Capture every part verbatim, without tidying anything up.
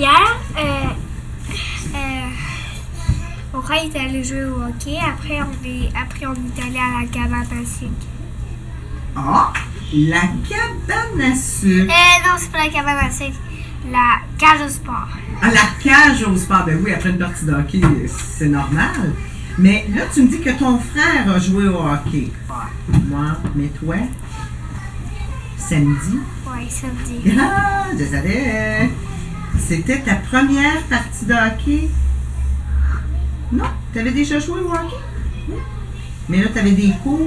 Hier, euh, euh, mon frère est allé jouer au hockey. Après, on est, après, on est allé à la cabane à sucre. Ah! La cabane à sucre. Euh, non, c'est pas la cabane à sucre. La cage au sport. Ah, la cage au sport. Ben oui, après une partie de hockey, c'est normal. Mais là, tu me dis que ton frère a joué au hockey. Ouais. Moi, mais toi, samedi? Ouais, samedi. Ah, je savais. C'était ta première partie de hockey? Non? Tu avais déjà joué au hockey? Oui. Mais là, tu avais des cours?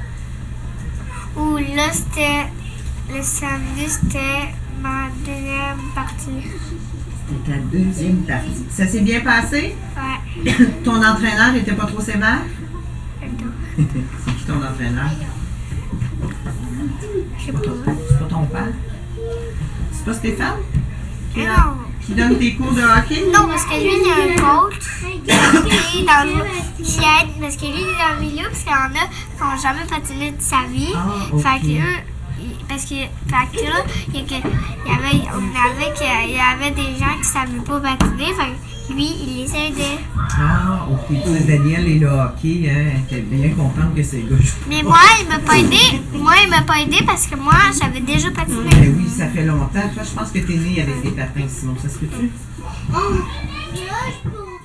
Ou là, c'était. Le samedi, c'était ma deuxième partie. C'était ta deuxième partie. Ça s'est bien passé? Ouais. Ton entraîneur n'était pas trop sévère? Non. C'est qui ton entraîneur? Je sais pas. C'est pas ton père? C'est pas Stéphane? Qui, Mais a- non. qui donne tes cours de hockey? Non, parce que lui, il y a un coach qui est dans le, qui aide, parce que lui, il est dans le milieu, parce qu'il y en a qui n'ont jamais patiné de sa vie. Ah, ok. Fait que eux, il- parce que, fait que là, il y, a que- il y avait, on avait, que- il y avait des gens qui ne savaient pas patiner, fait que lui, il les aidait. Ah, ok. Tu sais, Daniel et le hockey, hein, t'es bien contente que ces gars jouent. Mais moi, il m'a pas aidé. Moi, il m'a pas aidé parce que moi, j'avais déjà patiné. Ben oui, ça fait longtemps. Toi, je pense que t'es né avec des patins, sinon ça se peut-tu? Oh, là, je peux